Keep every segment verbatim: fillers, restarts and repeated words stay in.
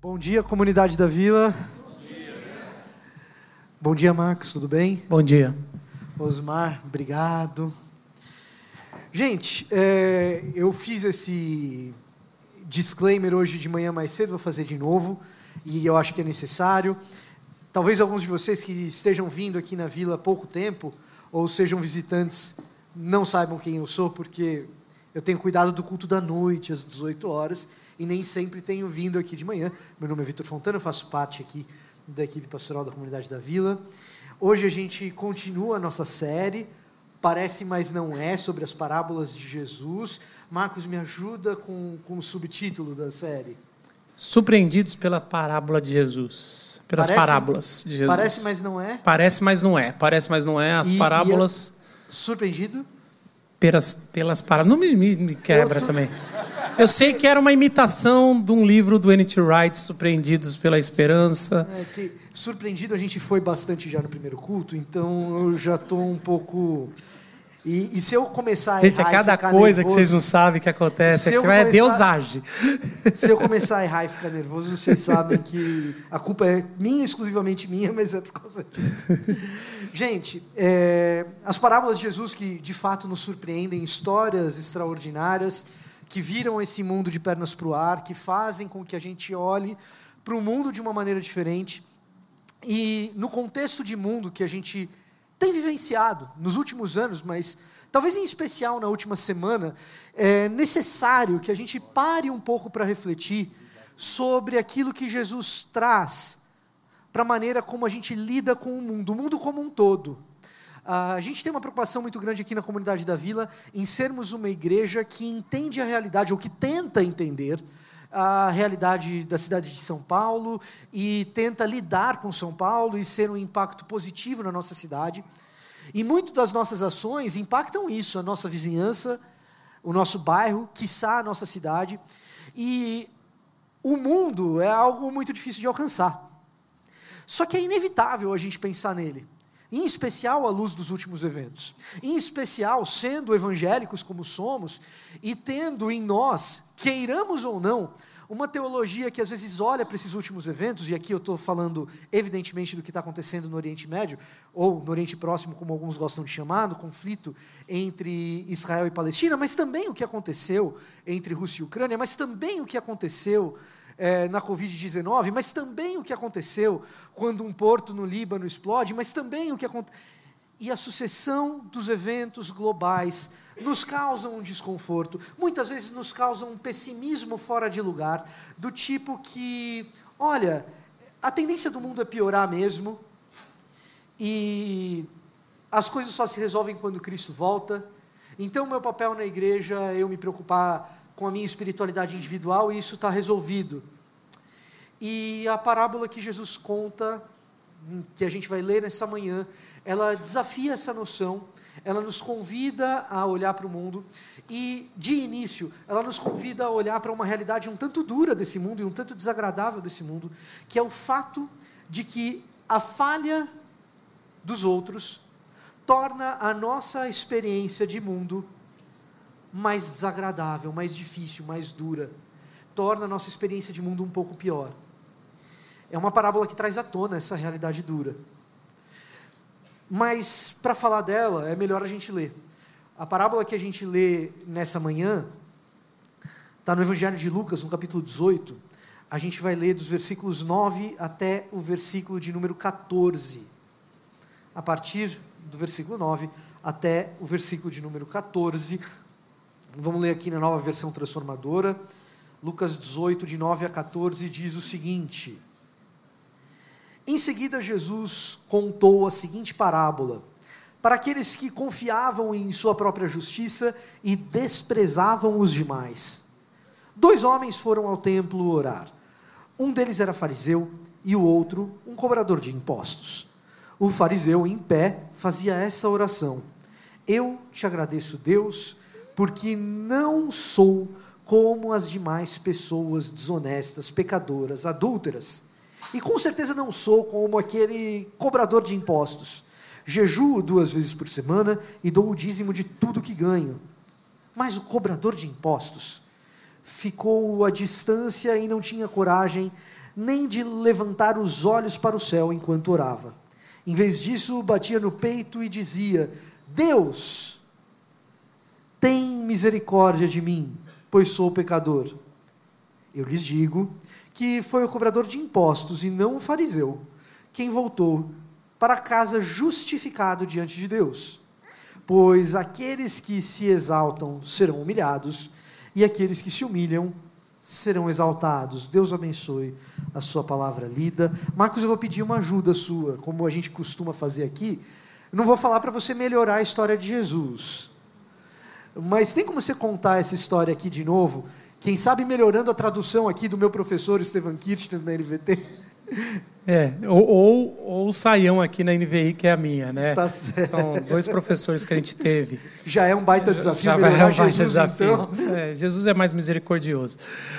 Bom dia, comunidade da Vila. Bom dia, Bom dia, Marcos, tudo bem? Bom dia. Osmar, obrigado. Gente, é, eu fiz esse disclaimer hoje de manhã mais cedo, vou fazer de novo, e eu acho que é necessário. Talvez alguns de vocês que estejam vindo aqui na Vila há pouco tempo, ou sejam visitantes, não saibam quem eu sou, porque eu tenho cuidado do culto da noite, às dezoito horas, e nem sempre tenho vindo aqui de manhã. Meu nome é Vitor Fontana, eu faço parte aqui da equipe pastoral da comunidade da Vila. Hoje a gente continua a nossa série, Parece, mas não é, sobre as parábolas de Jesus. Marcos, me ajuda com, com o subtítulo da série. Surpreendidos pela parábola de Jesus. Pelas Parece, parábolas de Jesus. Parece, mas não é? Parece, mas não é. Parece, mas não é. As e, parábolas... E surpreendido? Pelas, pelas parábolas... Não me, me, me quebra tô... também. Eu sei que era uma imitação de um livro do N T Wright, Surpreendidos pela Esperança. É que, surpreendido a gente foi bastante já no primeiro culto, então eu já estou um pouco... E, e se eu começar a Gente, errar é cada coisa nervoso, que vocês não sabem que acontece. É que começar, Deus age. Se eu começar a errar e ficar nervoso, vocês sabem que a culpa é minha, exclusivamente minha, mas é por causa disso. Gente, é, as parábolas de Jesus que de fato nos surpreendem, histórias extraordinárias, que viram esse mundo de pernas para o ar, que fazem com que a gente olhe para o mundo de uma maneira diferente. E no contexto de mundo que a gente tem vivenciado nos últimos anos, mas talvez em especial na última semana, é necessário que a gente pare um pouco para refletir sobre aquilo que Jesus traz para a maneira como a gente lida com o mundo, o mundo como um todo. A gente tem uma preocupação muito grande aqui na comunidade da Vila em sermos uma igreja que entende a realidade, ou que tenta entender a realidade da cidade de São Paulo e tenta lidar com São Paulo e ser um impacto positivo na nossa cidade. E muito das nossas ações impactam isso, a nossa vizinhança, o nosso bairro, quiçá a nossa cidade. E o mundo é algo muito difícil de alcançar. Só que é inevitável a gente pensar nele, em especial à luz dos últimos eventos, em especial sendo evangélicos como somos e tendo em nós, queiramos ou não, uma teologia que às vezes olha para esses últimos eventos, e aqui eu estou falando evidentemente do que está acontecendo no Oriente Médio, ou no Oriente Próximo, como alguns gostam de chamar, no conflito entre Israel e Palestina, mas também o que aconteceu entre Rússia e Ucrânia, mas também o que aconteceu É, na covid dezenove, mas também o que aconteceu quando um porto no Líbano explode, mas também o que aconteceu. E a sucessão dos eventos globais nos causam um desconforto, muitas vezes nos causam um pessimismo fora de lugar, do tipo que, olha, a tendência do mundo é piorar mesmo, e as coisas só se resolvem quando Cristo volta. Então, meu papel na igreja é eu me preocupar com a minha espiritualidade individual, e isso está resolvido. E a parábola que Jesus conta, que a gente vai ler nessa manhã, ela desafia essa noção, ela nos convida a olhar para o mundo, e de início, ela nos convida a olhar para uma realidade um tanto dura desse mundo, e um tanto desagradável desse mundo, que é o fato de que a falha dos outros torna a nossa experiência de mundo mais desagradável, mais difícil, mais dura, torna a nossa experiência de mundo um pouco pior. É uma parábola que traz à tona essa realidade dura. Mas, para falar dela, é melhor a gente ler. A parábola que a gente lê nessa manhã está no Evangelho de Lucas, no capítulo dezoito. A gente vai ler dos versículos nove até o versículo de número quatorze. A partir do versículo nove até o versículo de número quatorze. Vamos ler aqui na Nova Versão Transformadora. Lucas dezoito, de nove a quatorze, diz o seguinte: Em seguida, Jesus contou a seguinte parábola para aqueles que confiavam em sua própria justiça e desprezavam os demais. Dois homens foram ao templo orar. Um deles era fariseu e o outro um cobrador de impostos. O fariseu, em pé, fazia essa oração: Eu te agradeço, Deus, porque não sou como as demais pessoas desonestas, pecadoras, adúlteras. E com certeza não sou como aquele cobrador de impostos. Jejuo duas vezes por semana e dou o dízimo de tudo que ganho. Mas o cobrador de impostos ficou à distância e não tinha coragem nem de levantar os olhos para o céu enquanto orava. Em vez disso, batia no peito e dizia: Deus, tem misericórdia de mim, pois sou pecador. Eu lhes digo que foi o cobrador de impostos e não o fariseu quem voltou para casa justificado diante de Deus. Pois aqueles que se exaltam serão humilhados, e aqueles que se humilham serão exaltados. Deus abençoe a sua palavra lida. Marcos, eu vou pedir uma ajuda sua, como a gente costuma fazer aqui. Eu não vou falar para você melhorar a história de Jesus, mas tem como você contar essa história aqui de novo? Quem sabe melhorando a tradução aqui do meu professor Estevan Kirchner na N V T. É, ou, ou, ou o Saião aqui na N V I, que é a minha, né? Tá certo. São dois professores que a gente teve. Já é um baita desafio Já melhorar vai, é um baita Jesus, desafio. então. É, Jesus é mais misericordioso.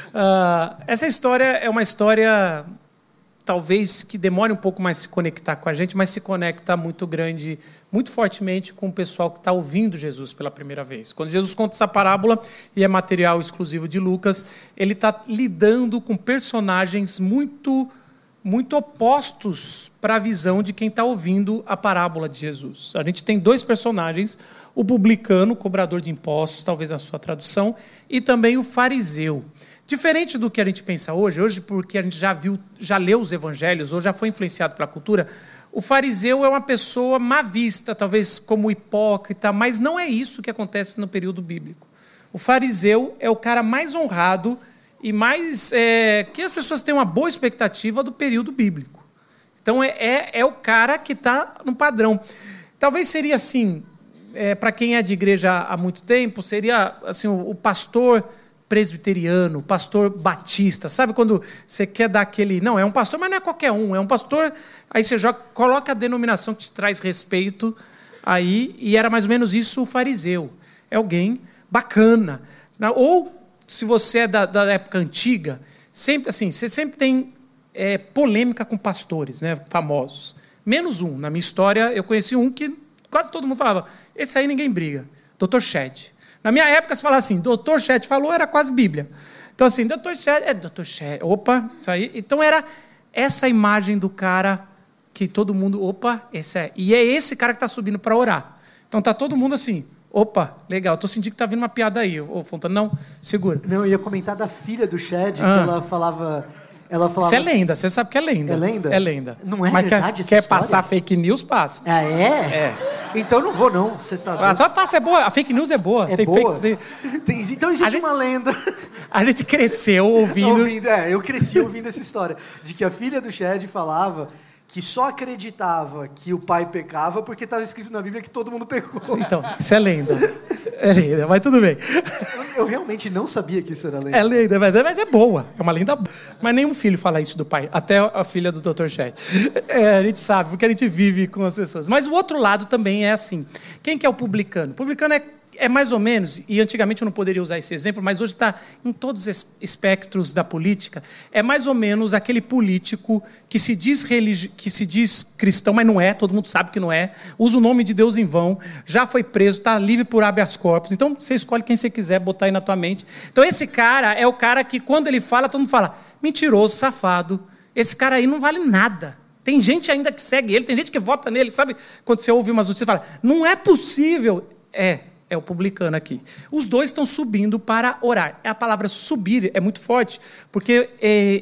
Uh, essa história é uma história, talvez, que demore um pouco mais se conectar com a gente, mas se conecta muito grande, muito fortemente com o pessoal que está ouvindo Jesus pela primeira vez. Quando Jesus conta essa parábola, e é material exclusivo de Lucas, ele está lidando com personagens muito... muito opostos para a visão de quem está ouvindo a parábola de Jesus. A gente tem dois personagens, o publicano, o cobrador de impostos, talvez a sua tradução, e também o fariseu. Diferente do que a gente pensa hoje, hoje porque a gente já viu, já leu os evangelhos, ou já foi influenciado pela cultura, o fariseu é uma pessoa má vista, talvez como hipócrita, mas não é isso que acontece no período bíblico. O fariseu é o cara mais honrado e mais é, que as pessoas têm uma boa expectativa do período bíblico. Então, é, é, é o cara que está no padrão. Talvez seria assim, é, para quem é de igreja há muito tempo, seria assim, o, o pastor presbiteriano, o pastor batista. Sabe quando você quer dar aquele... Não, é um pastor, mas não é qualquer um. É um pastor... Aí você joga, coloca a denominação que te traz respeito aí, e era mais ou menos isso o fariseu. É alguém bacana. Ou... se você é da, da época antiga, sempre, assim, você sempre tem é, polêmica com pastores, né, famosos. Menos um. Na minha história, eu conheci um que quase todo mundo falava, esse aí ninguém briga, doutor Shedd. Na minha época, se falava assim, doutor Shedd falou, era quase Bíblia. Então, assim, doutor Shedd, é doutor Shedd, opa, isso aí. Então, era essa imagem do cara que todo mundo, opa, esse é. E é esse cara que está subindo para orar. Então, está todo mundo assim... Opa, legal, estou sentindo que está vindo uma piada aí. Ô, Fontana, não, segura. Não, eu ia comentar da filha do Shedd, ah. que ela falava... Ela falava Isso é lenda, você sabe que é lenda. É lenda? É lenda. Não é Mas verdade quer, essa quer história? passar fake news, passa. Ah, é? É. Então não vou, não. Você tá Ah, só passa, é boa. A fake news é boa. É tem boa? Fake, tem... Tem, então existe gente... uma lenda. A gente cresceu ouvindo... ouvindo é, eu cresci ouvindo essa história. De que a filha do Shedd falava... que só acreditava que o pai pecava porque estava escrito na Bíblia que todo mundo pecou. Então, isso é lenda. É lenda, mas tudo bem. Eu realmente não sabia que isso era lenda. É lenda, mas é boa. É uma lenda boa. Mas nenhum filho fala isso do pai. Até a filha do doutor Shedd. É, a gente sabe, porque a gente vive com as pessoas. Mas o outro lado também é assim. Quem que é o publicano? O publicano é É mais ou menos, e antigamente eu não poderia usar esse exemplo, mas hoje está em todos os espectros da política, é mais ou menos aquele político que se diz, religi... que se diz cristão, mas não é, todo mundo sabe que não é, usa o nome de Deus em vão, já foi preso, está livre por habeas corpus, então você escolhe quem você quiser botar aí na tua mente. Então esse cara é o cara que quando ele fala, todo mundo fala, mentiroso, safado, esse cara aí não vale nada. Tem gente ainda que segue ele, tem gente que vota nele, sabe? Quando você ouve umas notícias, fala, não é possível. É... É o publicano aqui. Os dois estão subindo para orar. A palavra subir é muito forte, porque é,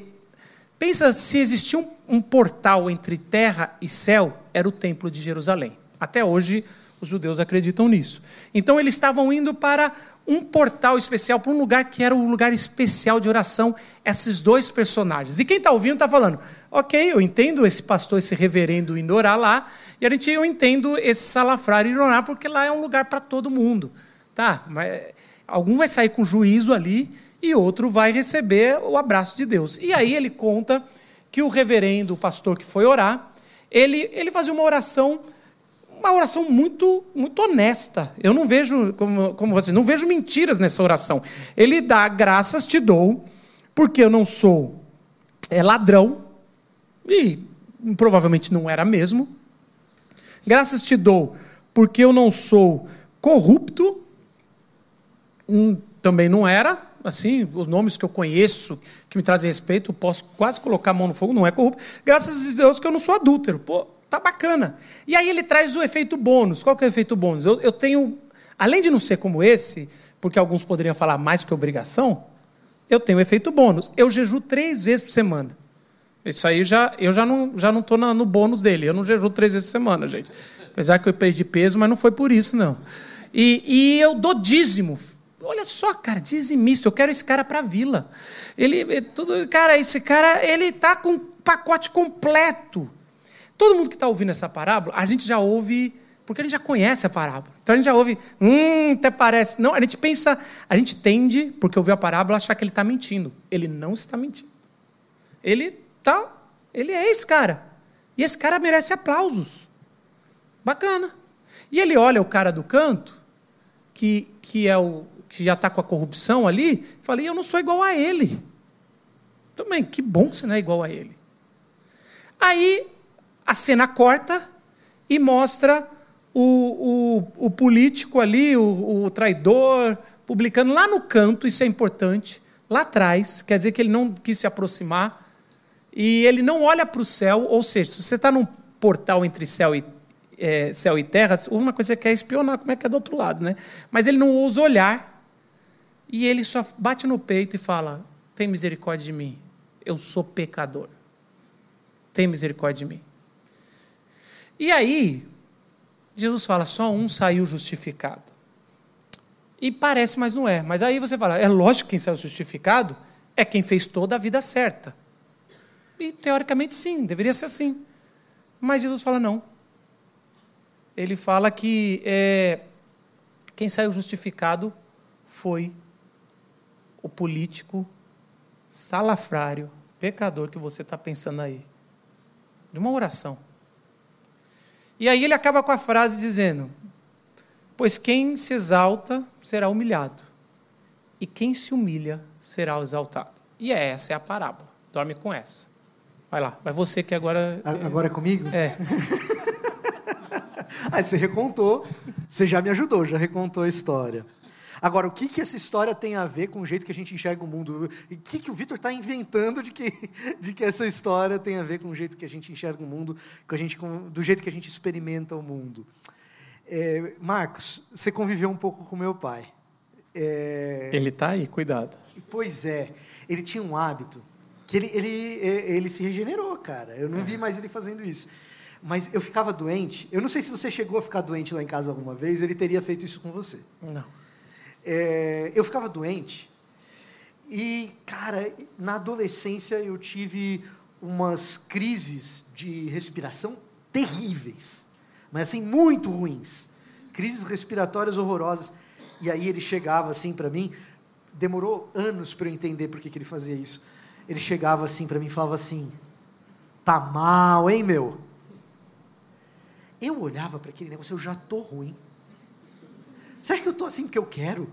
pensa se existia um, um portal entre terra e céu, era o templo de Jerusalém. Até hoje, os judeus acreditam nisso. Então, eles estavam indo para um portal especial, para um lugar que era um lugar especial de oração, esses dois personagens. E quem está ouvindo está falando, ok, eu entendo esse pastor, esse reverendo indo orar lá, e a gente, eu entendo esse salafrário ir orar, porque lá é um lugar para todo mundo. Tá, mas algum vai sair com juízo ali, e outro vai receber o abraço de Deus. E aí ele conta que o reverendo, o pastor que foi orar, ele, ele fazia uma oração, uma oração muito, muito honesta. Eu não vejo, como, como você, não vejo mentiras nessa oração. Ele dá, graças te dou, porque eu não sou é, ladrão, e provavelmente não era mesmo. Graças te dou, porque eu não sou corrupto, hum, também não era, assim, os nomes que eu conheço, que me trazem respeito, eu posso quase colocar a mão no fogo, não é corrupto. Graças a Deus que eu não sou adúltero. Pô, tá bacana. E aí ele traz o efeito bônus. Qual que é o efeito bônus? Eu, eu tenho, além de não ser como esse, porque alguns poderiam falar mais que obrigação, eu tenho o efeito bônus. Eu jejuo três vezes por semana. Isso aí já, eu já não já não estou no bônus dele. Eu não jejuo três vezes por semana, gente. Apesar que eu perdi peso, mas não foi por isso, não. E, e eu dou dízimo. Olha só, cara, dizimista. Eu quero esse cara para a vila. Ele, tudo, cara, esse cara, ele está com um pacote completo. Todo mundo que está ouvindo essa parábola, a gente já ouve, porque a gente já conhece a parábola. Então a gente já ouve, hum, até parece. Não, a gente pensa, a gente tende, porque ouviu a parábola, achar que ele está mentindo. Ele não está mentindo. Ele tá, ele é esse cara. E esse cara merece aplausos. Bacana. E ele olha o cara do canto, que, que, é o, que já está com a corrupção ali, e fala, e eu não sou igual a ele. Também, que bom que você não é igual a ele. Aí a cena corta e mostra o, o, o político ali, o, o traidor, publicando lá no canto, isso é importante, lá atrás, quer dizer que ele não quis se aproximar, e ele não olha para o céu, ou seja, se você está num portal entre céu e, é, céu e terra, uma coisa que você quer espionar como é que é do outro lado, né? Mas ele não ousa olhar, e ele só bate no peito e fala, tem misericórdia de mim, eu sou pecador. Tem misericórdia de mim. E aí, Jesus fala, só um saiu justificado. E parece, mas não é. Mas aí você fala, é lógico que quem saiu justificado é quem fez toda a vida certa. E, teoricamente, sim, deveria ser assim. Mas Jesus fala, não. Ele fala que é, quem saiu justificado foi o político salafrário, pecador que você está pensando aí. De uma oração. E aí ele acaba com a frase dizendo, pois quem se exalta será humilhado, e quem se humilha será exaltado. E essa é a parábola. Dorme com essa. Vai lá, vai você que agora... Agora é comigo? É. Aí você recontou, você já me ajudou, já recontou a história. Agora, o que, que essa história tem a ver com o jeito que a gente enxerga o mundo? O que, que o Vitor está inventando de que, de que essa história tem a ver com o jeito que a gente enxerga o mundo, com a gente, com, do jeito que a gente experimenta o mundo? É, Marcos, você conviveu um pouco com meu pai. É... Ele está aí, cuidado. Pois é, ele tinha um hábito, que ele, ele, ele se regenerou, cara. Eu não vi mais ele fazendo isso. Mas eu ficava doente. Eu não sei se você chegou a ficar doente lá em casa alguma vez, ele teria feito isso com você. Não. É, eu ficava doente e, cara, na adolescência eu tive umas crises de respiração terríveis, mas assim, muito ruins, crises respiratórias horrorosas, e aí ele chegava assim para mim, demorou anos para eu entender por que, que ele fazia isso, ele chegava assim para mim e falava assim, tá mal, hein, meu? Eu olhava para aquele negócio, eu já tô ruim. Você acha que eu estou assim porque eu quero?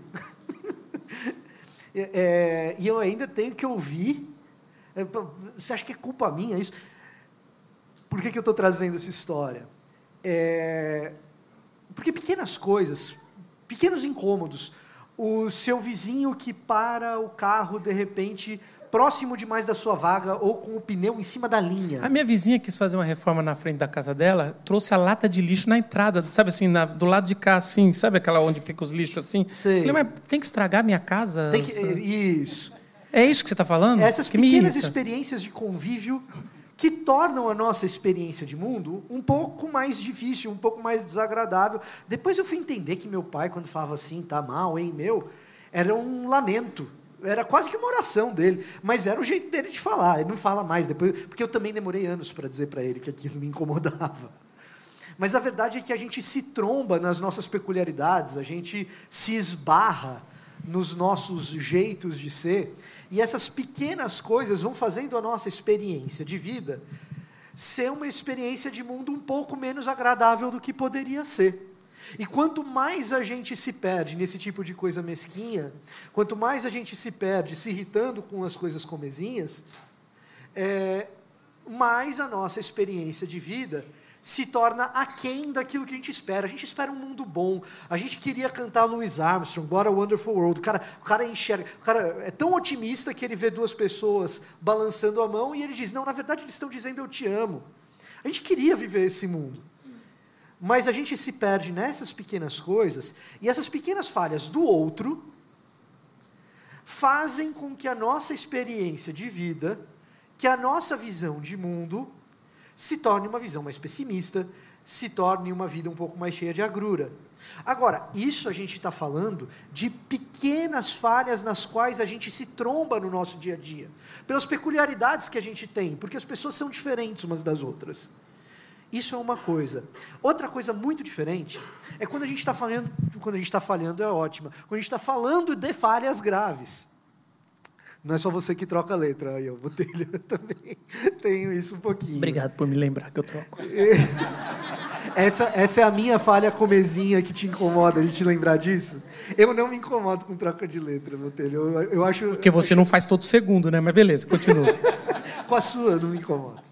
é, e eu ainda tenho que ouvir. É, você acha que é culpa minha isso? Por que, que eu estou trazendo essa história? É, porque pequenas coisas, pequenos incômodos, o seu vizinho que para o carro, de repente, próximo demais da sua vaga ou com o pneu em cima da linha. A minha vizinha quis fazer uma reforma na frente da casa dela, trouxe a lata de lixo na entrada, sabe assim, na, do lado de cá, assim, sabe aquela onde fica os lixos assim? Sei. Falei, mas tem que estragar a minha casa? Tem que, isso. É isso que você está falando? Essas que pequenas experiências de convívio que tornam a nossa experiência de mundo um pouco mais difícil, um pouco mais desagradável. Depois eu fui entender que meu pai, quando falava assim, tá mal, hein, meu, era um lamento. Era quase que uma oração dele, mas era o jeito dele de falar. Ele não fala mais depois, porque eu também demorei anos para dizer para ele que aquilo me incomodava. Mas a verdade é que a gente se tromba nas nossas peculiaridades, a gente se esbarra nos nossos jeitos de ser, e essas pequenas coisas vão fazendo a nossa experiência de vida ser uma experiência de mundo um pouco menos agradável do que poderia ser. E quanto mais a gente se perde nesse tipo de coisa mesquinha, quanto mais a gente se perde se irritando com as coisas comezinhas, é, mais a nossa experiência de vida se torna aquém daquilo que a gente espera. A gente espera um mundo bom. A gente queria cantar Louis Armstrong, What a Wonderful World. O cara, o cara enxerga, o cara é tão otimista que ele vê duas pessoas balançando a mão e ele diz, não, na verdade eles estão dizendo eu te amo. A gente queria viver esse mundo. Mas a gente se perde nessas pequenas coisas, e essas pequenas falhas do outro fazem com que a nossa experiência de vida, que a nossa visão de mundo, se torne uma visão mais pessimista, se torne uma vida um pouco mais cheia de agrura. Agora, isso a gente está falando de pequenas falhas nas quais a gente se tromba no nosso dia a dia, pelas peculiaridades que a gente tem, porque as pessoas são diferentes umas das outras. Isso é uma coisa. Outra coisa muito diferente é quando a gente está falhando, quando a gente está falhando é ótima, quando a gente está falando de falhas graves. Não é só você que troca a letra, aí eu botei, eu também tenho isso um pouquinho. Obrigado por me lembrar que eu troco. Essa, essa é a minha falha comezinha que te incomoda, a gente lembrar disso? Eu não me incomodo com troca de letra, Botelho. Eu, eu acho... Porque você acho... não faz todo segundo, né? Mas beleza, continua. Com a sua, não me incomodo.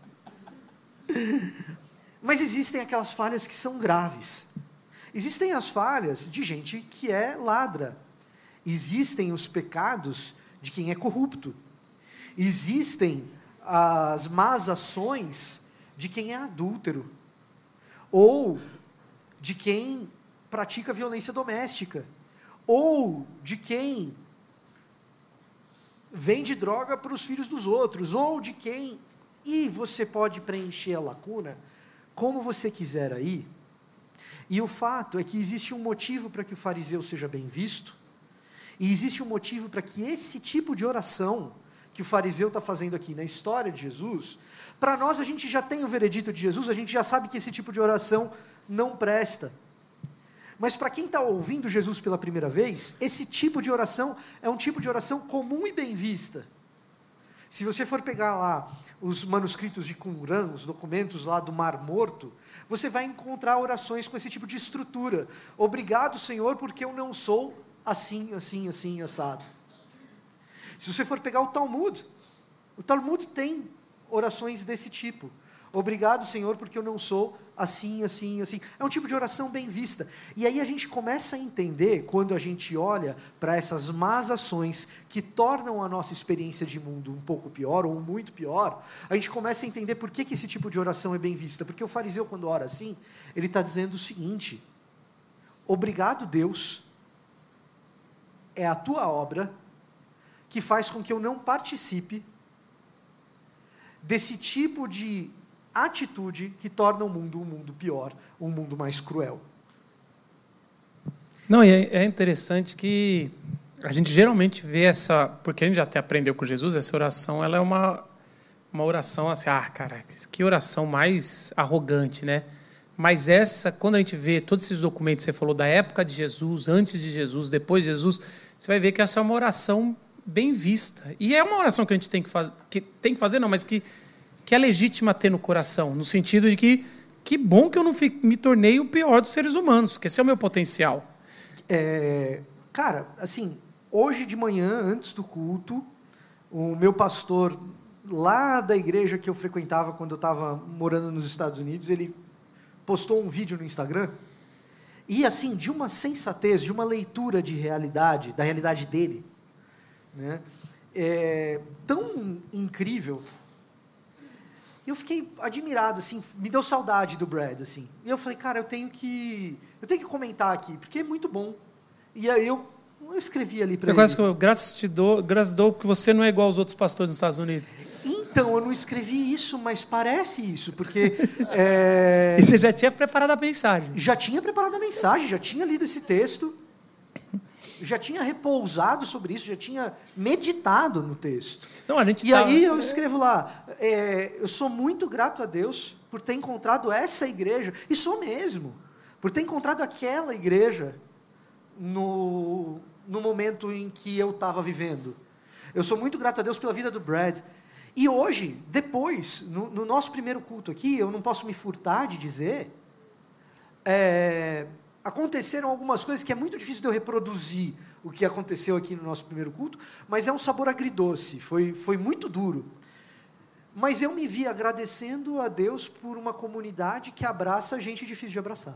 Mas existem aquelas falhas que são graves. Existem as falhas de gente que é ladra. Existem os pecados de quem é corrupto. Existem as más ações de quem é adúltero. Ou de quem pratica violência doméstica. Ou de quem vende droga para os filhos dos outros. Ou de quem... E você pode preencher a lacuna como você quiser aí. E o fato é que existe um motivo para que o fariseu seja bem visto. E existe um motivo para que esse tipo de oração que o fariseu está fazendo aqui na história de Jesus, para nós a gente já tem o veredito de Jesus, a gente já sabe que esse tipo de oração não presta. Mas para quem está ouvindo Jesus pela primeira vez, esse tipo de oração é um tipo de oração comum e bem vista. Se você for pegar lá os manuscritos de Qumran, os documentos lá do Mar Morto, você vai encontrar orações com esse tipo de estrutura. Obrigado, Senhor, porque eu não sou assim, assim, assim, assado. Se você for pegar o Talmud, o Talmud tem orações desse tipo. Obrigado, Senhor, porque eu não sou assim, assim, assim. É um tipo de oração bem vista. E aí a gente começa a entender, quando a gente olha para essas más ações que tornam a nossa experiência de mundo um pouco pior, ou muito pior, a gente começa a entender por que, que esse tipo de oração é bem vista. Porque o fariseu, quando ora assim, ele está dizendo o seguinte: obrigado, Deus, é a tua obra que faz com que eu não participe desse tipo de atitude que torna o mundo um mundo pior, um mundo mais cruel. Não, e é interessante que a gente geralmente vê essa, porque a gente já até aprendeu com Jesus, essa oração, ela é uma, uma oração assim, ah, cara, que oração mais arrogante, né? Mas essa, quando a gente vê todos esses documentos, você falou da época de Jesus, antes de Jesus, depois de Jesus, você vai ver que essa é uma oração bem vista. E é uma oração que a gente tem que fazer, que tem que fazer, não, mas que, que é legítima ter no coração, no sentido de que, que bom que eu não fico, me tornei o pior dos seres humanos, que esse é o meu potencial. É, cara, assim, hoje de manhã, antes do culto, o meu pastor, lá da igreja que eu frequentava quando eu estava morando nos Estados Unidos, ele postou um vídeo no Instagram, e assim, de uma sensatez, de uma leitura de realidade, da realidade dele, né, é, tão incrível, e eu fiquei admirado, assim, me deu saudade do Brad, assim, e eu falei, cara, eu tenho que, eu tenho que comentar aqui, porque é muito bom, e aí eu, eu escrevi ali para ele. Você quase que graças te dou, graças dou, porque você não é igual aos outros pastores nos Estados Unidos. Então, eu não escrevi isso, mas parece isso, porque... É, e você já tinha preparado a mensagem. Já tinha preparado a mensagem, já tinha lido esse texto, já tinha repousado sobre isso, já tinha meditado no texto. Não, a gente e tá... aí eu escrevo lá, é, eu sou muito grato a Deus por ter encontrado essa igreja, e sou mesmo, por ter encontrado aquela igreja no, no momento em que eu estava vivendo. Eu sou muito grato a Deus pela vida do Brad. E hoje, depois, no, no nosso primeiro culto aqui, eu não posso me furtar de dizer, é, aconteceram algumas coisas que é muito difícil de eu reproduzir o que aconteceu aqui no nosso primeiro culto, mas é um sabor agridoce, foi, foi muito duro. Mas eu me vi agradecendo a Deus por uma comunidade que abraça gente difícil de abraçar.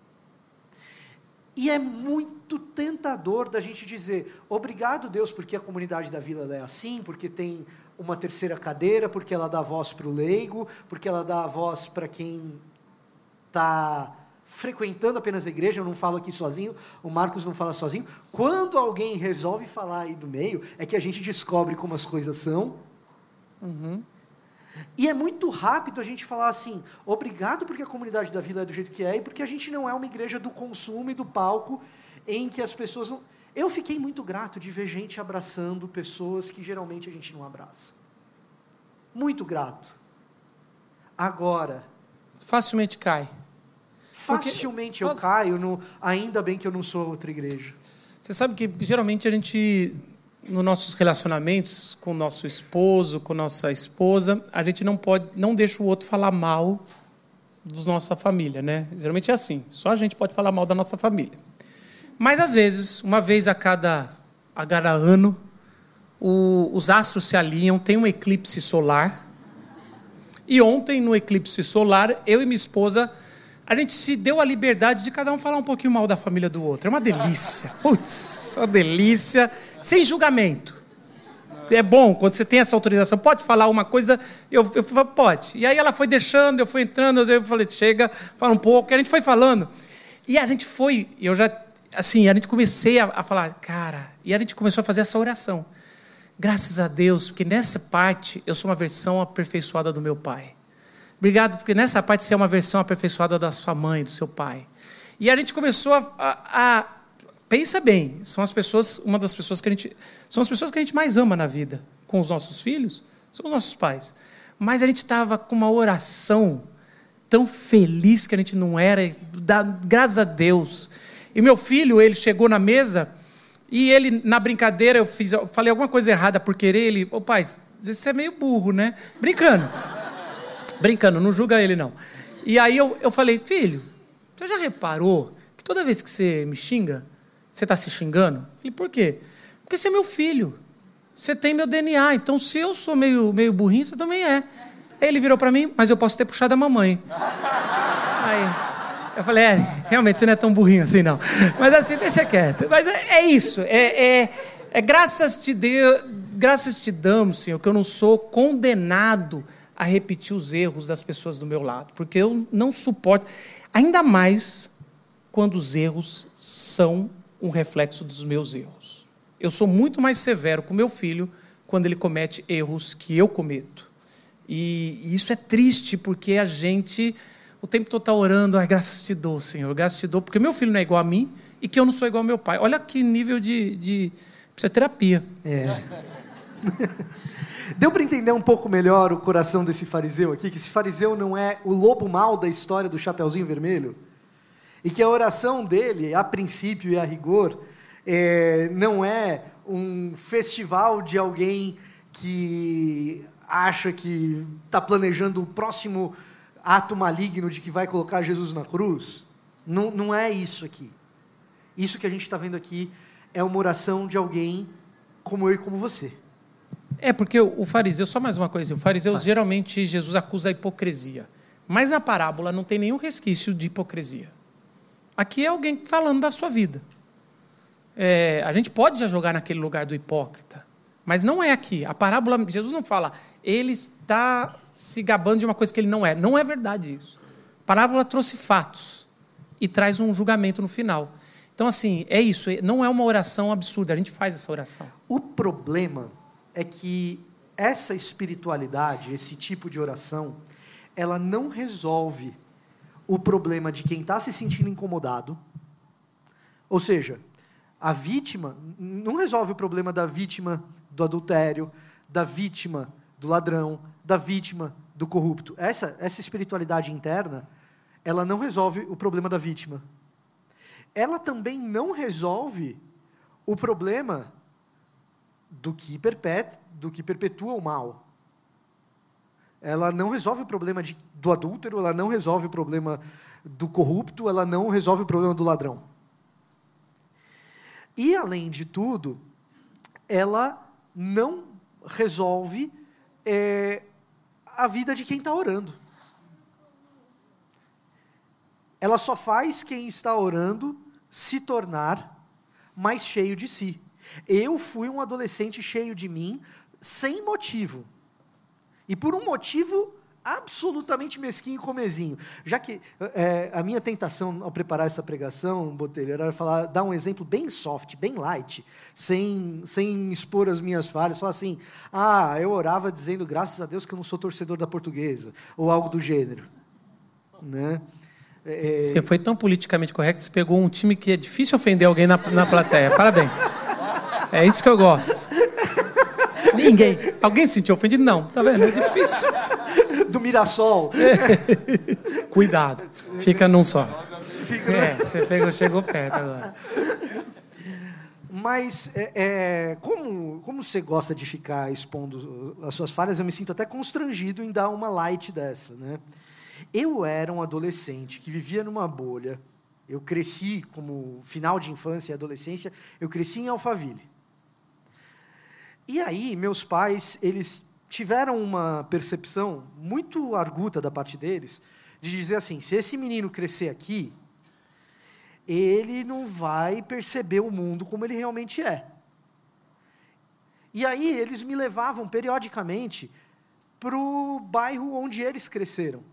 E é muito tentador da gente dizer, obrigado Deus, porque a comunidade da Vila é assim, porque tem uma terceira cadeira, porque ela dá voz para o leigo, porque ela dá voz para quem está frequentando apenas a igreja. Eu não falo aqui sozinho, o Marcos não fala sozinho. Quando alguém resolve falar aí do meio, é que a gente descobre como as coisas são. Uhum. E é muito rápido a gente falar assim, obrigado porque a comunidade da Vila é do jeito que é, e porque a gente não é uma igreja do consumo e do palco, em que as pessoas não... Eu fiquei muito grato de ver gente abraçando pessoas que geralmente a gente não abraça. Muito grato. Agora... Facilmente cai. Facilmente porque, eu caio no... Ainda bem que eu não sou outra igreja. Você sabe que geralmente a gente... Nos nossos relacionamentos com o nosso esposo, com nossa esposa, a gente não pode, não deixa o outro falar mal da nossa família, né? Geralmente é assim, só a gente pode falar mal da nossa família. Mas às vezes, uma vez a cada, a cada ano, o, os astros se alinham, tem um eclipse solar. E ontem, no eclipse solar, eu e minha esposa, a gente se deu a liberdade de cada um falar um pouquinho mal da família do outro. É uma delícia. Putz, uma delícia. Sem julgamento. É bom quando você tem essa autorização. Pode falar uma coisa? Eu, eu falei, pode. E aí ela foi deixando, eu fui entrando, eu falei, chega, fala um pouco. E a gente foi falando. E a gente foi, eu já, assim, a gente comecei a, a falar, cara, e a gente começou a fazer essa oração. Graças a Deus, porque nessa parte eu sou uma versão aperfeiçoada do meu pai. Obrigado, porque nessa parte você é uma versão aperfeiçoada da sua mãe, do seu pai. E a gente começou a, a, a... Pensa bem, são as pessoas, uma das pessoas que a gente... São as pessoas que a gente mais ama na vida, com os nossos filhos, são os nossos pais. Mas a gente estava com uma oração tão feliz que a gente não era, da, graças a Deus. E meu filho, ele chegou na mesa e ele, na brincadeira, eu, fiz, eu falei alguma coisa errada por querer, ele... Ô pai, você é meio burro, né? Brincando. Brincando, não julga ele, não. E aí eu, eu falei, filho, você já reparou que toda vez que você me xinga, você está se xingando? Ele, por quê? Porque você é meu filho. Você tem meu D N A. Então, se eu sou meio, meio burrinho, você também é. Aí ele virou para mim, mas eu posso ter puxado a mamãe. Aí eu falei, é, realmente você não é tão burrinho assim, não. Mas assim, deixa quieto. Mas é, é isso. É, é, é graças te Deus, graças te damos, Senhor, que eu não sou condenado a repetir os erros das pessoas do meu lado, porque eu não suporto, ainda mais quando os erros são um reflexo dos meus erros. Eu sou muito mais severo com meu filho quando ele comete erros que eu cometo. E isso é triste, porque a gente o tempo todo está orando, ai, graças te dou, Senhor, graças te dou, porque meu filho não é igual a mim e que eu não sou igual ao meu pai. Olha que nível de... de... Precisa de terapia. É. Deu para entender um pouco melhor o coração desse fariseu aqui? Que esse fariseu não é o lobo mau da história do Chapeuzinho Vermelho? E que a oração dele, a princípio e a rigor, é, não é um festival de alguém que acha que está planejando o próximo ato maligno de que vai colocar Jesus na cruz. Não, não é isso aqui. Isso que a gente está vendo aqui é uma oração de alguém como eu e como você. É, porque o fariseu, só mais uma coisa, o fariseu, Faz. geralmente, Jesus acusa a hipocrisia. Mas na parábola não tem nenhum resquício de hipocrisia. Aqui é alguém falando da sua vida. É, a gente pode já jogar naquele lugar do hipócrita, mas não é aqui. A parábola, Jesus não fala, ele está se gabando de uma coisa que ele não é. Não é verdade isso. A parábola trouxe fatos e traz um julgamento no final. Então, assim, é isso. Não é uma oração absurda, a gente faz essa oração. O problema é que essa espiritualidade, esse tipo de oração, ela não resolve o problema de quem está se sentindo incomodado. Ou seja, a vítima não resolve o problema da vítima do adultério, da vítima do ladrão, da vítima do corrupto. Essa, essa espiritualidade interna, ela não resolve o problema da vítima. Ela também não resolve o problema do que perpetua, do que perpetua o mal. Ela não resolve o problema de, do adúltero, ela não resolve o problema do corrupto, ela não resolve o problema do ladrão. E, além de tudo, ela não resolve é, a vida de quem está orando. Ela só faz quem está orando se tornar mais cheio de si. Eu fui um adolescente cheio de mim, sem motivo. E por um motivo absolutamente mesquinho e comezinho. Já que é, a minha tentação ao preparar essa pregação, Botelho, era falar, dar um exemplo bem soft, bem light, sem, sem expor as minhas falhas, falar assim, ah, eu orava dizendo graças a Deus que eu não sou torcedor da Portuguesa, ou algo do gênero. Né? É... Você foi tão politicamente correto que você pegou um time que é difícil ofender alguém na, na plateia. Parabéns. É isso que eu gosto. Ninguém. Alguém se sentiu ofendido? Não. Tá vendo? É difícil. Do Mirassol. É. Cuidado. Fica num só. Fica é, você pegou, chegou perto agora. Mas, é, é, como, como você gosta de ficar expondo as suas falhas, eu me sinto até constrangido em dar uma light dessa, né? Eu era um adolescente que vivia numa bolha. Eu cresci, como final de infância e adolescência, eu cresci em Alphaville. E aí, meus pais, eles tiveram uma percepção muito arguta da parte deles, de dizer assim, se esse menino crescer aqui, ele não vai perceber o mundo como ele realmente é. E aí, eles me levavam, periodicamente, para o bairro onde eles cresceram.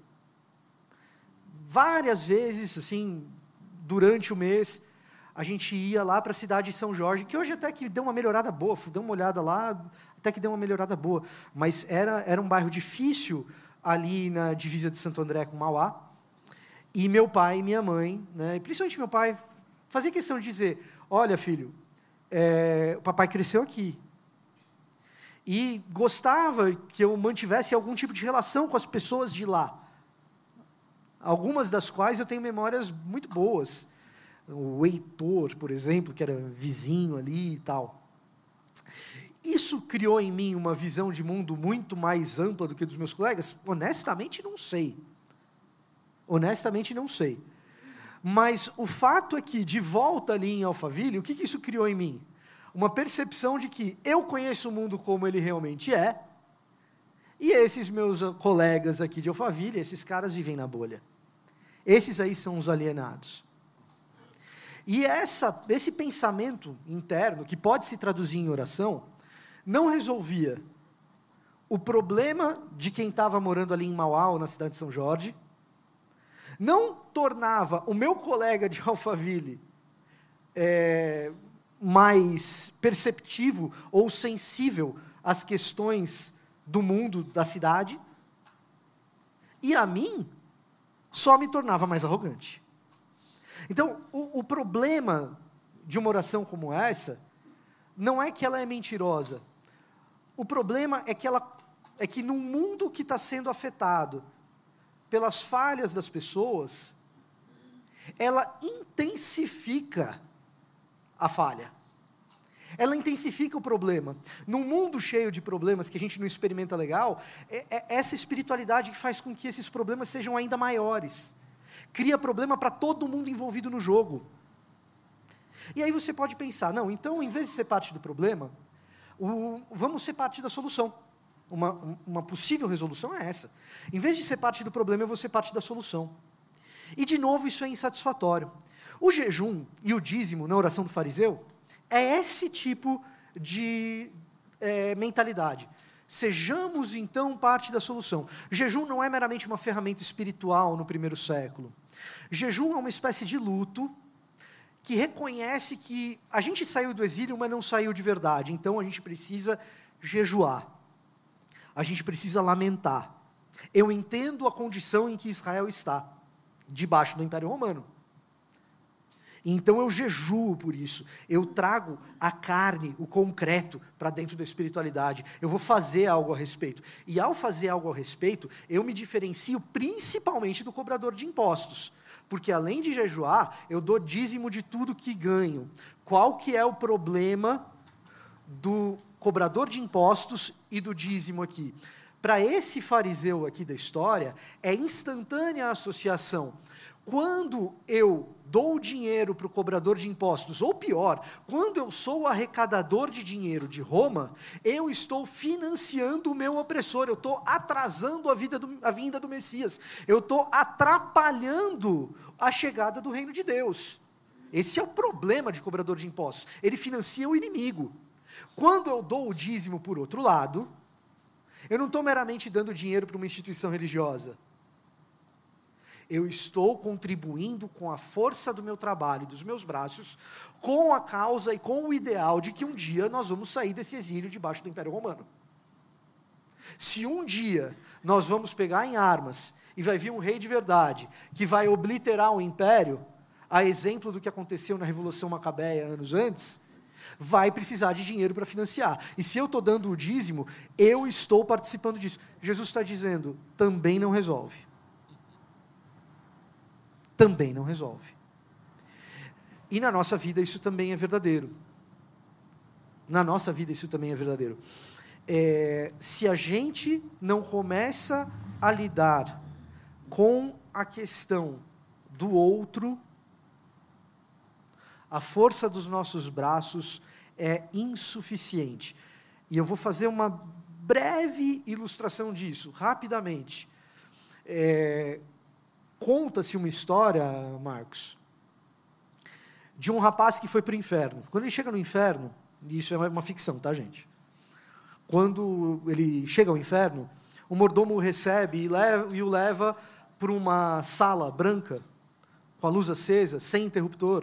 Várias vezes, assim, durante o mês, a gente ia lá para a cidade de São Jorge, que hoje até que deu uma melhorada boa, deu uma olhada lá, até que deu uma melhorada boa, mas era, era um bairro difícil ali na divisa de Santo André com Mauá, e meu pai e minha mãe, né, e principalmente meu pai, fazia questão de dizer, olha filho, é, o papai cresceu aqui, e gostava que eu mantivesse algum tipo de relação com as pessoas de lá, algumas das quais eu tenho memórias muito boas. O Heitor, por exemplo, que era vizinho ali e tal. Isso criou em mim uma visão de mundo muito mais ampla do que dos meus colegas? Honestamente, não sei. Honestamente, não sei. Mas o fato é que, de volta ali em Alphaville, o que, que isso criou em mim? Uma percepção de que eu conheço o mundo como ele realmente é, e esses meus colegas aqui de Alphaville, esses caras vivem na bolha. Esses aí são os alienados. E essa, esse pensamento interno, que pode se traduzir em oração, não resolvia o problema de quem estava morando ali em Mauá, ou na cidade de São Jorge, não tornava o meu colega de Alphaville é, mais perceptivo ou sensível às questões do mundo, da cidade, e a mim só me tornava mais arrogante. Então, o, o problema de uma oração como essa não é que ela é mentirosa. O problema é que, ela, é que num mundo que está sendo afetado pelas falhas das pessoas, ela intensifica a falha. Ela intensifica o problema. Num mundo cheio de problemas que a gente não experimenta legal, é, é essa espiritualidade que faz com que esses problemas sejam ainda maiores. Cria problema para todo mundo envolvido no jogo. E aí você pode pensar, não, então, em vez de ser parte do problema, o, vamos ser parte da solução. Uma, uma possível resolução é essa. Em vez de ser parte do problema, eu vou ser parte da solução. E, de novo, isso é insatisfatório. O jejum e o dízimo na oração do fariseu é esse tipo de é, mentalidade. Sejamos, então, parte da solução. Jejum não é meramente uma ferramenta espiritual no primeiro século. Jejum é uma espécie de luto que reconhece que a gente saiu do exílio, mas não saiu de verdade. Então, a gente precisa jejuar. A gente precisa lamentar. Eu entendo a condição em que Israel está, debaixo do Império Romano. Então eu jejuo por isso, eu trago a carne, o concreto, para dentro da espiritualidade, eu vou fazer algo a respeito, e ao fazer algo a respeito, eu me diferencio principalmente do cobrador de impostos, porque além de jejuar, eu dou dízimo de tudo que ganho. Qual que é o problema do cobrador de impostos e do dízimo aqui? Para esse fariseu aqui da história, é instantânea a associação. Quando eu dou dinheiro para o cobrador de impostos, ou pior, quando eu sou o arrecadador de dinheiro de Roma, eu estou financiando o meu opressor, eu estou atrasando a, vida do, a vinda do Messias, eu estou atrapalhando a chegada do reino de Deus. Esse é o problema de cobrador de impostos, ele financia o inimigo. Quando eu dou o dízimo por outro lado, eu não estou meramente dando dinheiro para uma instituição religiosa, eu estou contribuindo com a força do meu trabalho e dos meus braços, com a causa e com o ideal de que um dia nós vamos sair desse exílio debaixo do Império Romano. Se um dia nós vamos pegar em armas e vai vir um rei de verdade, que vai obliterar o império, a exemplo do que aconteceu na Revolução Macabeia anos antes, vai precisar de dinheiro para financiar. E se eu estou dando o dízimo, eu estou participando disso. Jesus está dizendo, também não resolve. Também não resolve. E na nossa vida isso também é verdadeiro. Na nossa vida isso também é verdadeiro. É, se a gente não começa a lidar com a questão do outro, a força dos nossos braços é insuficiente. E eu vou fazer uma breve ilustração disso, rapidamente. É, Conta-se uma história, Marcos, de um rapaz que foi para o inferno. Quando ele chega no inferno, e isso é uma ficção, tá, gente? Quando ele chega ao inferno, o mordomo o recebe e, leva, e o leva para uma sala branca, com a luz acesa, sem interruptor,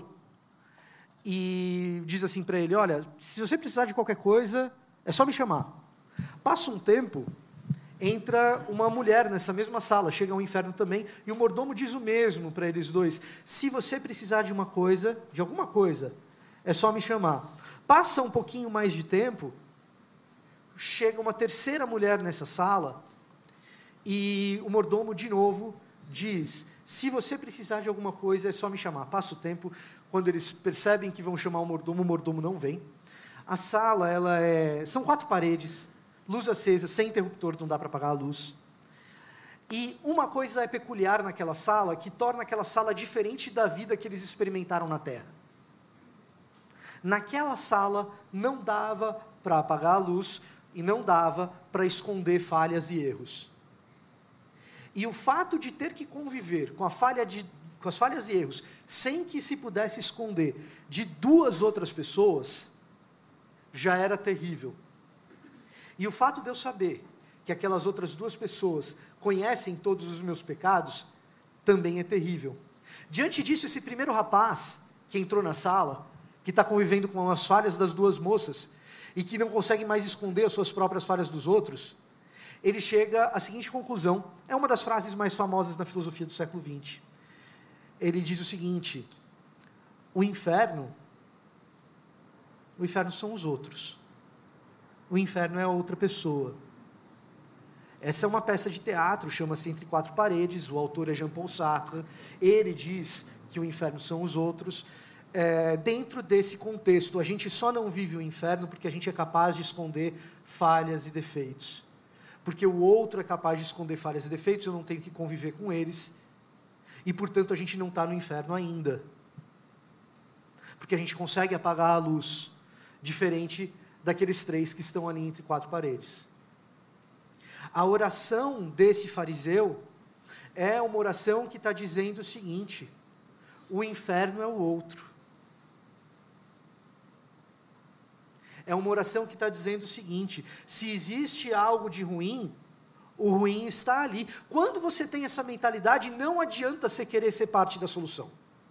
e diz assim para ele, olha, se você precisar de qualquer coisa, é só me chamar. Passa um tempo, entra uma mulher nessa mesma sala, chega ao inferno também, e o mordomo diz o mesmo para eles dois, se você precisar de uma coisa, de alguma coisa, é só me chamar. Passa um pouquinho mais de tempo, chega uma terceira mulher nessa sala, e o mordomo de novo diz, se você precisar de alguma coisa, é só me chamar. Passa o tempo, quando eles percebem que vão chamar o mordomo, o mordomo não vem. A sala, ela é, são quatro paredes, luz acesa, sem interruptor, não dá para apagar a luz. E uma coisa é peculiar naquela sala, que torna aquela sala diferente da vida que eles experimentaram na Terra. Naquela sala, não dava para apagar a luz, e não dava para esconder falhas e erros. E o fato de ter que conviver com, a falha de, com as falhas e erros, sem que se pudesse esconder de duas outras pessoas, já era terrível. E o fato de eu saber que aquelas outras duas pessoas conhecem todos os meus pecados, também é terrível. Diante disso, esse primeiro rapaz que entrou na sala, que está convivendo com as falhas das duas moças, e que não consegue mais esconder as suas próprias falhas dos outros, ele chega à seguinte conclusão, é uma das frases mais famosas na filosofia do século vinte. Ele diz o seguinte, o inferno, o inferno são os outros. O inferno é outra pessoa. Essa é uma peça de teatro, chama-se Entre Quatro Paredes, o autor é Jean-Paul Sartre, ele diz que o inferno são os outros. É, dentro desse contexto, a gente só não vive o inferno porque a gente é capaz de esconder falhas e defeitos. Porque o outro é capaz de esconder falhas e defeitos, eu não tenho que conviver com eles, e portanto a gente não está no inferno ainda. Porque a gente consegue apagar a luz, diferente daqueles três que estão ali entre quatro paredes. A oração desse fariseu é uma oração que está dizendo o seguinte, o inferno é o outro. É uma oração que está dizendo o seguinte, se existe algo de ruim, o ruim está ali. Quando você tem essa mentalidade, não adianta você querer ser parte da solução.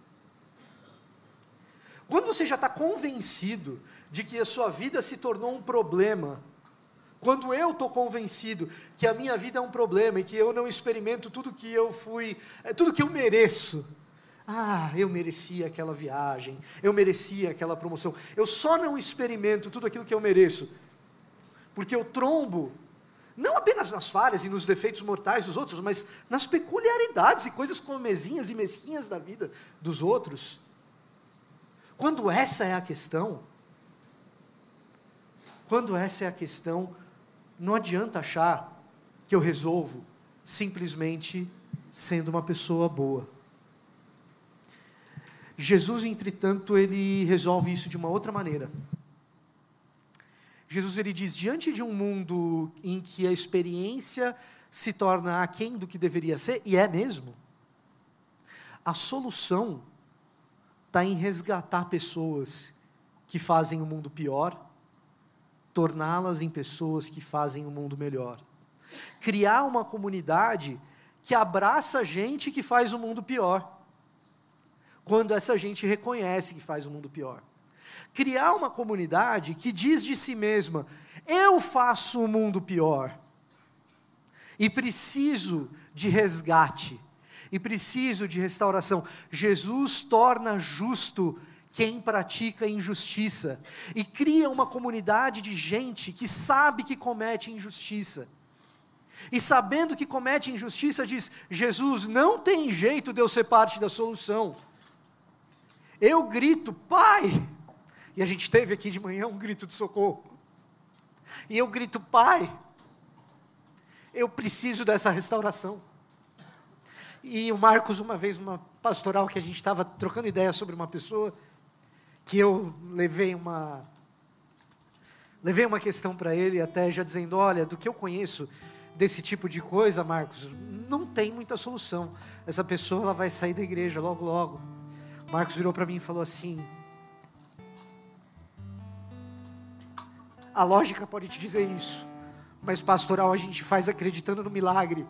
Quando você já está convencido de que a sua vida se tornou um problema, quando eu estou convencido que a minha vida é um problema e que eu não experimento tudo que eu fui, tudo que eu mereço, ah, eu merecia aquela viagem, eu merecia aquela promoção, eu só não experimento tudo aquilo que eu mereço, porque eu trombo, não apenas nas falhas e nos defeitos mortais dos outros, mas nas peculiaridades e coisas comezinhas e mesquinhas da vida dos outros. Quando essa é a questão, quando essa é a questão, não adianta achar que eu resolvo simplesmente sendo uma pessoa boa. Jesus, entretanto, ele resolve isso de uma outra maneira. Jesus, ele diz, diante de um mundo em que a experiência se torna aquém do que deveria ser, e é mesmo, a solução está em resgatar pessoas que fazem o mundo pior, torná-las em pessoas que fazem o mundo melhor. Criar uma comunidade que abraça gente que faz o mundo pior, quando essa gente reconhece que faz o mundo pior. Criar uma comunidade que diz de si mesma, eu faço o mundo pior, e preciso de resgate, e preciso de restauração. Jesus torna justo quem pratica injustiça, e cria uma comunidade de gente que sabe que comete injustiça, e sabendo que comete injustiça, diz, Jesus, não tem jeito de eu ser parte da solução. Eu grito, Pai, e a gente teve aqui de manhã um grito de socorro, e eu grito, Pai, eu preciso dessa restauração. E o Marcos, uma vez, numa pastoral que a gente estava trocando ideia sobre uma pessoa, que eu levei uma, levei uma questão para ele, até já dizendo, olha, do que eu conheço desse tipo de coisa, Marcos, não tem muita solução. Essa pessoa ela vai sair da igreja logo, logo. Marcos virou para mim e falou assim, a lógica pode te dizer isso, mas pastoral a gente faz acreditando no milagre.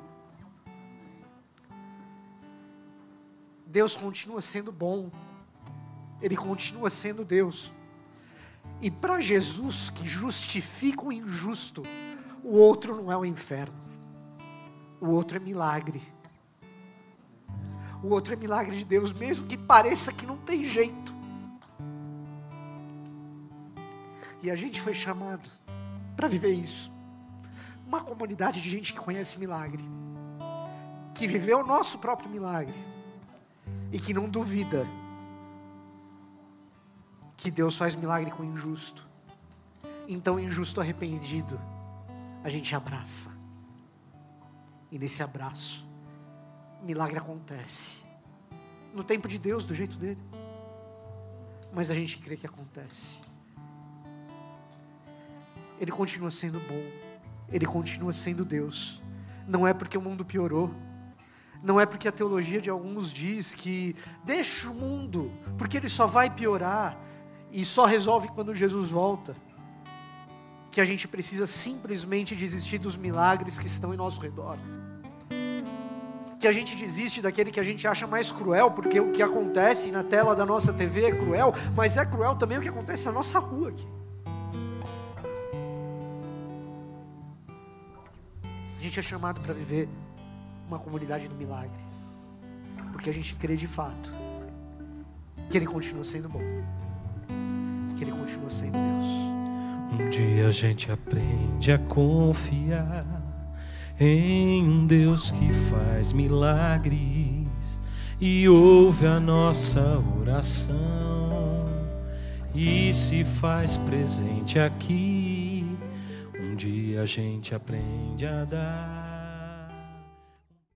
Deus continua sendo bom, Ele continua sendo Deus, e para Jesus, que justifica o injusto, o outro não é o inferno, o outro é milagre, o outro é milagre de Deus, mesmo que pareça que não tem jeito. E a gente foi chamado para viver isso, uma comunidade de gente que conhece milagre, que viveu o nosso próprio milagre, e que não duvida que Deus faz milagre com o injusto. Então, o injusto arrependido, a gente abraça. E nesse abraço, milagre acontece. No tempo de Deus, do jeito dele. Mas a gente crê que acontece. Ele continua sendo bom. Ele continua sendo Deus. Não é porque o mundo piorou. Não é porque a teologia de alguns diz que deixa o mundo, porque ele só vai piorar e só resolve quando Jesus volta, que a gente precisa simplesmente desistir dos milagres que estão em nosso redor, que a gente desiste daquele que a gente acha mais cruel, porque o que acontece na tela da nossa T V é cruel, mas é cruel também o que acontece na nossa rua aqui. A gente é chamado para viver uma comunidade do milagre, porque a gente crê de fato que Ele continua sendo bom, que Ele continua sendo Deus. Um dia a gente aprende a confiar em um Deus que faz milagres e ouve a nossa oração e se faz presente aqui. Um dia a gente aprende a dar